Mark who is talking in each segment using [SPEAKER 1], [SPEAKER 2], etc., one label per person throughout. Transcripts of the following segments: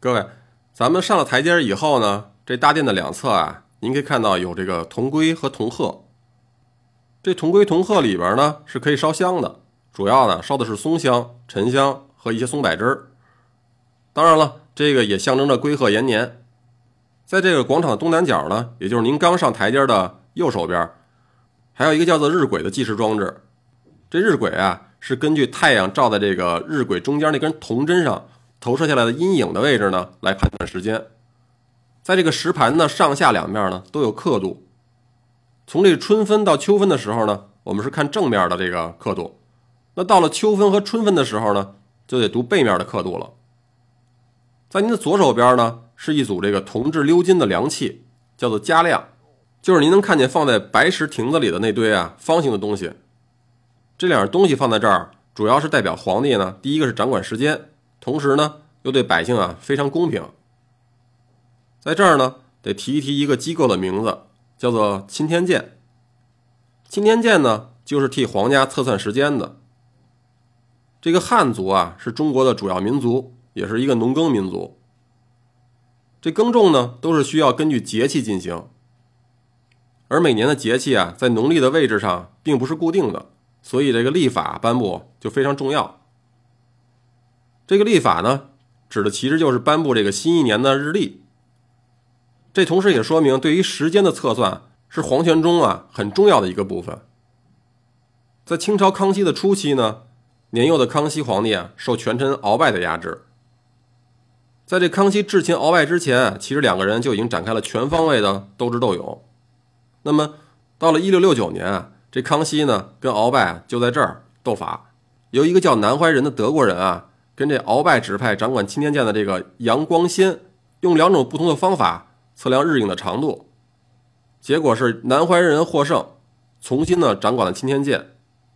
[SPEAKER 1] 各位，咱们上了台阶以后呢，这大殿的两侧啊，您可以看到有这个铜龟和铜鹤。这铜龟铜鹤里边呢是可以烧香的，主要呢烧的是松香、沉香和一些松柏枝儿。当然了，这个也象征着龟鹤延年。在这个广场的东南角呢，也就是您刚上台阶的右手边，还有一个叫做日晷的计时装置。这日晷啊，是根据太阳照在这个日晷中间那根铜针上投射下来的阴影的位置呢，来判断时间。在这个石盘的上下两面呢，都有刻度。从这个春分到秋分的时候呢，我们是看正面的这个刻度。那到了秋分和春分的时候呢，就得读背面的刻度了。在您的左手边呢，是一组这个铜制鎏金的量器，叫做嘉量，就是您能看见放在白石亭子里的那堆啊方形的东西。这两样东西放在这儿，主要是代表皇帝呢，第一个是掌管时间，同时呢又对百姓啊非常公平。在这儿呢，得提一提一个机构的名字，叫做钦天监。钦天监呢，就是替皇家测算时间的。这个汉族啊，是中国的主要民族，也是一个农耕民族。这耕种呢，都是需要根据节气进行，而每年的节气啊，在农历的位置上并不是固定的，所以这个历法颁布就非常重要。这个历法呢，指的其实就是颁布这个新一年的日历。这同时也说明，对于时间的测算是皇权中啊很重要的一个部分。在清朝康熙的初期呢，年幼的康熙皇帝啊受权臣鳌拜的压制。在这康熙智擒鳌拜之前啊，其实两个人就已经展开了全方位的斗智斗勇。那么到了1669年啊，这康熙呢跟鳌拜就在这儿斗法，由一个叫南怀仁的德国人啊，跟这鳌拜指派掌管钦天监的这个杨光先，用两种不同的方法测量日影的长度。结果是南怀仁获胜，重新呢掌管了钦天监。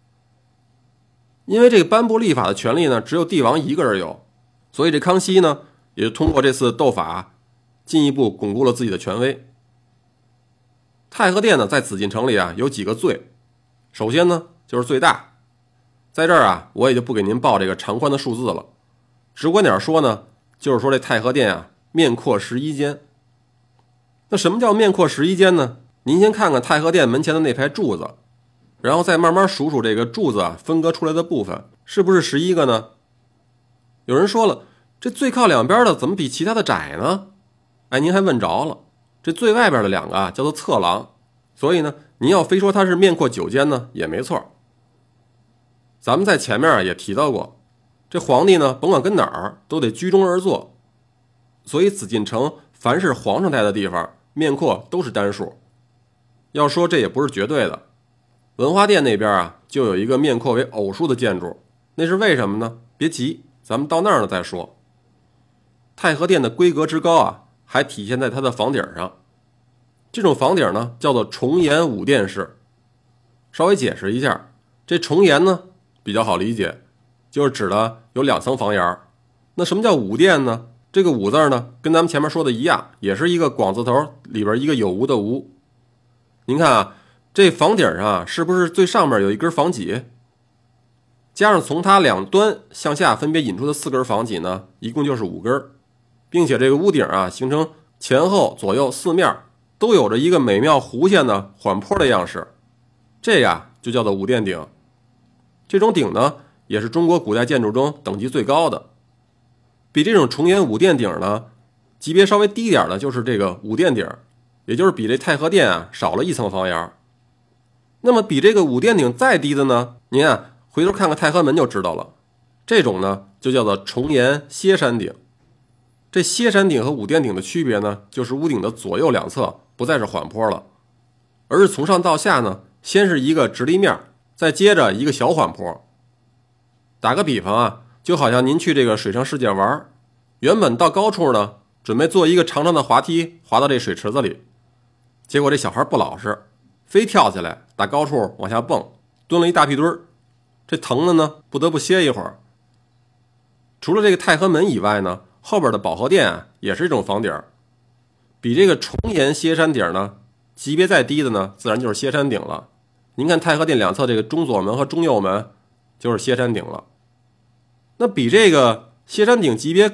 [SPEAKER 1] 因为这个颁布历法的权利呢，只有帝王一个人有，所以这康熙呢，也就通过这次斗法，进一步巩固了自己的权威。太和殿呢，在紫禁城里啊，有几个最。首先呢，就是最大。在这儿啊，我也就不给您报这个长宽的数字了。直观点说呢，就是说这太和殿啊，面阔11间。那什么叫面阔11间呢？您先看看太和殿门前的那排柱子，然后再慢慢数数这个柱子啊分割出来的部分，是不是11个呢？有人说了，这最靠两边的怎么比其他的窄呢？哎，您还问着了。这最外边的两个啊叫做侧廊，所以呢，您要非说它是面阔9间呢，也没错。咱们在前面啊也提到过，这皇帝呢，甭管跟哪儿都得居中而坐，所以紫禁城凡是皇上待的地方，面阔都是单数。要说这也不是绝对的，文华殿那边啊就有一个面阔为偶数的建筑，那是为什么呢？别急，咱们到那儿了再说。太和殿的规格之高啊，还体现在它的房顶上。这种房顶呢，叫做重檐五殿式。稍微解释一下，这重檐呢比较好理解，就是指的有2层房檐。那什么叫五殿呢？这个五字呢，跟咱们前面说的一样，也是一个广字头里边一个有无的无。您看啊，这房顶上啊，是不是最上面有一根房脊？加上从它两端向下分别引出的4根房脊呢，一共就是5根，并且这个屋顶啊，形成前后左右4面都有着一个美妙弧线的缓坡的样式，这呀就叫做五殿顶。这种顶呢，也是中国古代建筑中等级最高的。比这种重檐五殿顶呢，级别稍微低点的就是这个五殿顶，也就是比这太和殿啊少了1层房檐。那么比这个五殿顶再低的呢，您啊回头看看太和门就知道了。这种呢就叫做重檐歇山顶。这歇山顶和五殿顶的区别呢，就是屋顶的左右两侧不再是缓坡了，而是从上到下呢，先是一个直立面，再接着一个小缓坡。打个比方啊，就好像您去这个水上世界玩，原本到高处呢，准备做一个长长的滑梯滑到这水池子里，结果这小孩不老实，非跳起来打高处往下蹦，蹲了一大屁墩儿，这疼的呢不得不歇一会儿。除了这个太和门以外呢，后边的保和殿啊也是一种房顶，比这个重檐歇山顶呢级别再低的呢，自然就是歇山顶了。您看太和殿两侧这个中左门和中右门就是歇山顶了。那比这个歇山顶级别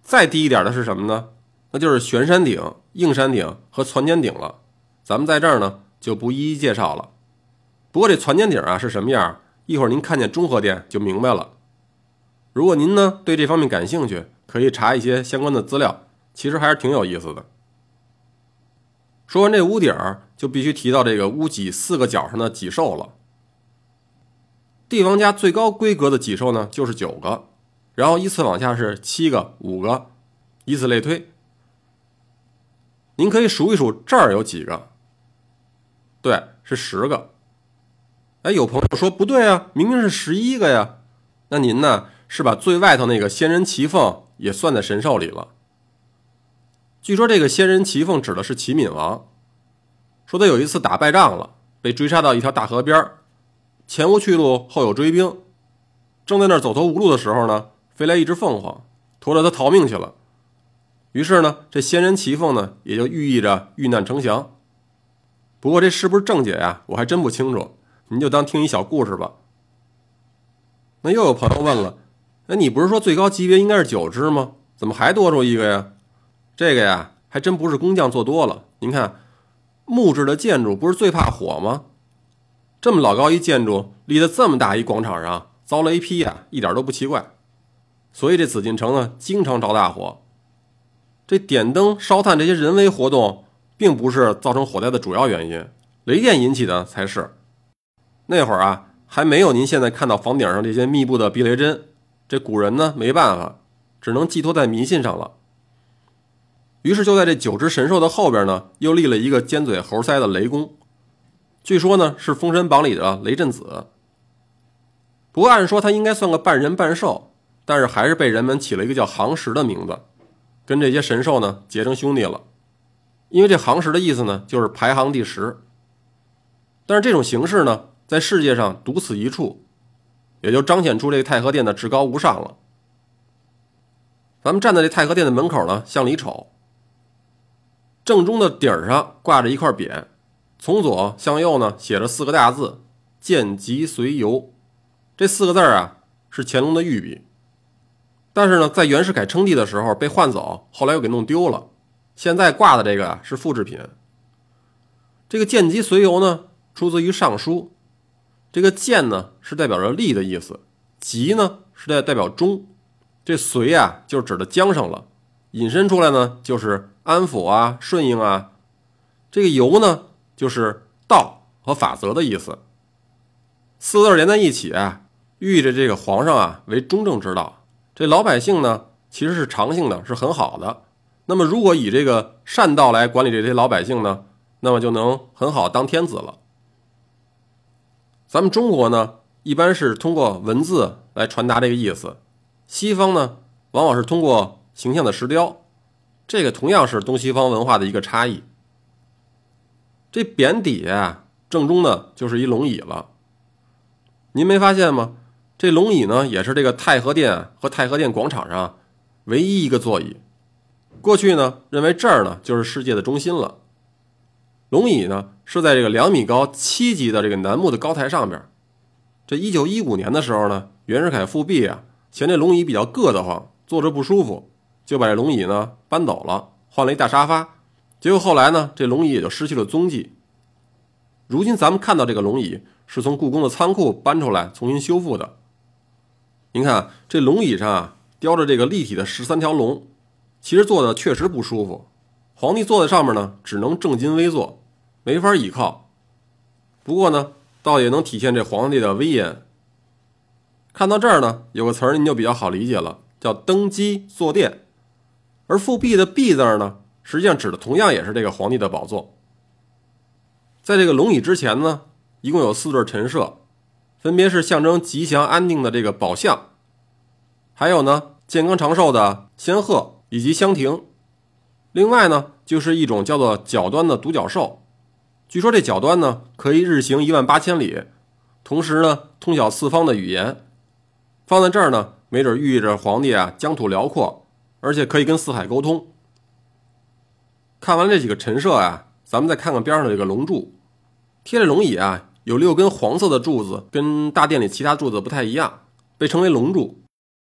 [SPEAKER 1] 再低一点的是什么呢？那就是悬山顶、硬山顶和攒尖顶了。咱们在这儿呢就不一一介绍了。不过这攒尖顶啊是什么样，一会儿您看见中和店就明白了。如果您呢对这方面感兴趣，可以查一些相关的资料，其实还是挺有意思的。说完这屋顶，就必须提到这个屋脊4个角上的脊兽了。帝王家最高规格的脊兽呢就是9个，然后依次往下是7个、5个，以此类推。您可以数一数这儿有几个？对，是10个。哎，有朋友说不对啊，明明是11个呀。那您呢是把最外头那个仙人骑凤也算在神兽里了。据说这个仙人骑凤指的是齐闵王，说他有一次打败仗了，被追杀到一条大河边，前无去路后有追兵，正在那儿走投无路的时候呢，飞来一只凤凰，驮着他逃命去了。于是呢，这仙人骑凤呢也就寓意着遇难成祥。不过这是不是正解呀？我还真不清楚，您就当听一小故事吧。那又有朋友问了，你不是说最高级别应该是9只吗？怎么还多出一个呀？这个呀还真不是工匠做多了。您看木质的建筑不是最怕火吗？这么老高一建筑立在这么大一广场上，遭雷劈啊，一点都不奇怪。所以这紫禁城呢经常着大火。这点灯烧炭这些人为活动并不是造成火灾的主要原因，雷电引起的才是。那会儿啊还没有您现在看到房顶上这些密布的避雷针，这古人呢没办法，只能寄托在迷信上了。于是就在这9只神兽的后边呢，又立了一个尖嘴猴腮的雷公，据说呢是《封神榜》里的雷震子。不过按说他应该算个半人半兽，但是还是被人们起了一个叫行时的名字，跟这些神兽呢结成兄弟了。因为这行时的意思呢就是排行第10。但是这种形式呢在世界上独此一处，也就彰显出这个太和殿的至高无上了。咱们站在这太和殿的门口呢向里瞅，正中的顶上挂着一块匾，从左向右呢写着4个大字，见吉随游。这4个字啊是乾隆的御笔，但是呢在袁世凯称帝的时候被换走，后来又给弄丢了。现在挂的这个是复制品。这个见吉随游呢出自于尚书，这个见呢是代表着利的意思，吉呢是代表忠，这随啊就指的江上了，引申出来呢就是安抚啊、顺应啊。这个游呢就是道和法则的意思。4个字连在一起啊，寓意着这个皇上啊为中正之道，这老百姓呢其实是长性的，是很好的。那么如果以这个善道来管理这些老百姓呢，那么就能很好当天子了。咱们中国呢一般是通过文字来传达这个意思，西方呢往往是通过形象的石雕，这个同样是东西方文化的一个差异。这匾底啊正中呢就是一龙椅了，您没发现吗？这龙椅呢也是这个太和殿和太和殿广场上唯一一个座椅。过去呢认为这儿呢就是世界的中心了。龙椅呢是在这个2米高7级的这个楠木的高台上边。这1915年的时候呢，袁世凯复辟啊，嫌这龙椅比较硌得慌，坐着不舒服，就把这龙椅呢搬走了，换了一大沙发。结果后来呢这龙椅也就失去了踪迹。如今咱们看到这个龙椅是从故宫的仓库搬出来重新修复的。您看这龙椅上啊雕着这个立体的13条龙，其实坐的确实不舒服，皇帝坐在上面呢只能正襟危坐，没法倚靠。不过呢倒也能体现这皇帝的威严。看到这儿呢有个词儿您就比较好理解了，叫登基坐殿。而复辟的辟字呢实际上指的同样也是这个皇帝的宝座。在这个龙椅之前呢一共有4对陈设，分别是象征吉祥安定的这个宝象，还有呢健康长寿的仙鹤以及香亭。另外呢就是一种叫做角端的独角兽，据说这角端呢可以日行18000里，同时呢通晓4方的语言。放在这儿呢没准寓意着皇帝啊疆土辽阔，而且可以跟四海沟通。看完这几个陈设啊，咱们再看看边上的这个龙柱。贴着龙椅啊有6根黄色的柱子，跟大殿里其他柱子不太一样，被称为龙柱。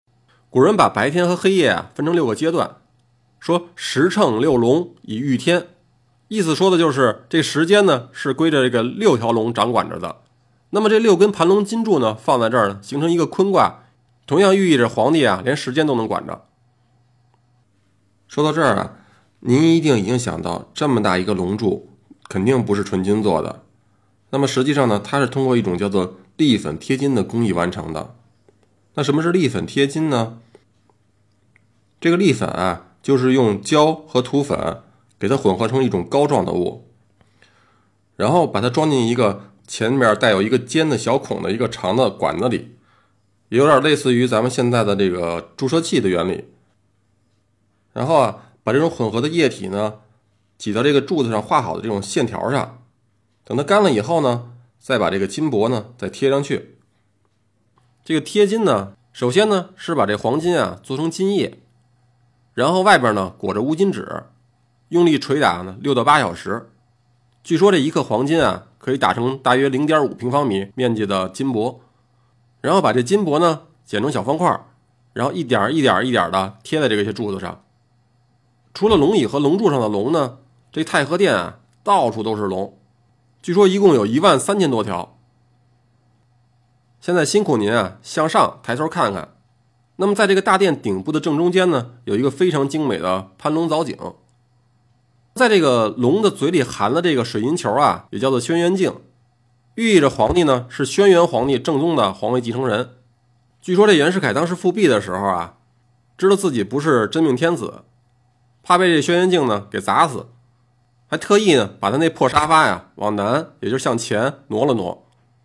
[SPEAKER 1] 古人把白天和黑夜分成6个阶段，说时称6龙以御天，意思说的就是这时间呢是归着这个6条龙掌管着的。那么这6根盘龙金柱呢放在这儿呢，形成一个坤卦，同样寓意着皇帝连时间都能管着。说到这儿您一定已经想到，这么大一个龙柱肯定不是纯金做的。那么实际上呢，它是通过一种叫做立粉贴金的工艺完成的。那什么是立粉贴金呢？这个立粉就是用胶和土粉给它混合成一种膏状的物，然后把它装进一个前面带有一个尖的小孔的一个长的管子里，也有点类似于咱们现在的这个注射器的原理。然后把这种混合的液体呢挤到这个柱子上画好的这种线条上，等它干了以后呢，再把这个金箔呢再贴上去。这个贴金呢，首先呢是把这黄金做成金液，然后外边呢裹着乌金纸，用力捶打呢6到8小时。据说这1克黄金可以打成大约 0.5 平方米面积的金箔，然后把这金箔呢剪成小方块，然后一点一点一点的贴在这些柱子上。除了龙椅和龙柱上的龙呢，这太和殿到处都是龙，据说一共有13000多条。现在辛苦您向上抬头看看，那么在这个大殿顶部的正中间呢，有一个非常精美的攀龙藻井。在这个龙的嘴里含了这个水银球也叫做轩辕镜，寓意着皇帝呢是轩辕皇帝正宗的皇位继承人。据说这袁世凯当时复辟的时候知道自己不是真命天子，怕被这轩辕镜呢给砸死，还特意呢把他那破沙发往南，也就是向前挪了挪。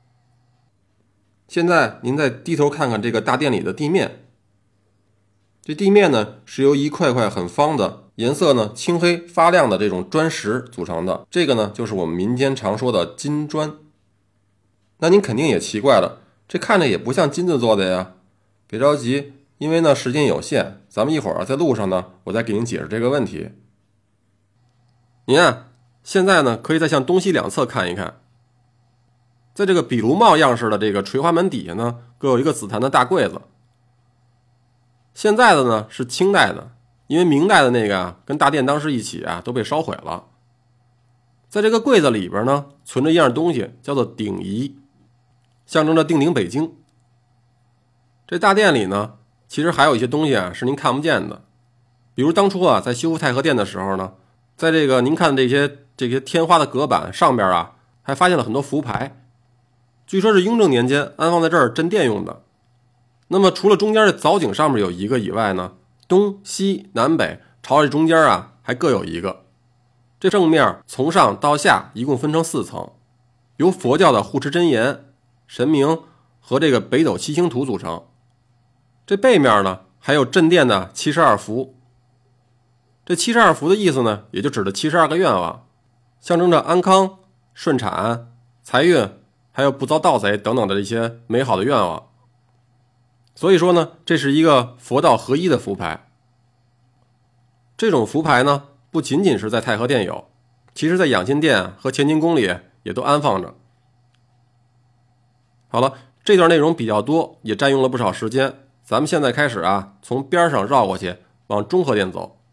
[SPEAKER 1] 现在您再低头看看这个大殿里的地面，这地面呢是由一块块很方的颜色呢青黑发亮的这种砖石组成的，这个呢就是我们民间常说的金砖。那您肯定也奇怪了，这看着也不像金子做的呀。别着急，因为呢时间有限，咱们一会儿在路上呢我再给您解释这个问题。您现在呢可以再向东西两侧看一看，在这个比卢帽样式的这个垂花门底下呢各有一个紫檀的大柜子。现在的呢是清代的，因为明代的那个跟大殿当时一起都被烧毁了。在这个柜子里边呢存着一样东西，叫做鼎仪，象征着定鼎北京。这大殿里呢其实还有一些东西是您看不见的，比如当初在修复太和殿的时候呢，在这个您看这些天花的隔板上边还发现了很多符牌，据说是雍正年间安放在这儿镇殿用的。那么除了中间的藻井上面有一个以外呢，东西南北朝着中间还各有一个。这正面从上到下一共分成4层，由佛教的护持真言、神明和这个北斗七星图组成。这背面呢还有镇殿的72符。这72符的意思呢，也就指的72个愿望，象征着安康、顺产、财运，还有不遭盗贼等等的一些美好的愿望。所以说呢，这是一个佛道合一的符牌。这种符牌呢，不仅仅是在太和殿有，其实在养心殿和乾清宫里也都安放着。好了，这段内容比较多，也占用了不少时间，咱们现在开始从边上绕过去，往中和殿走。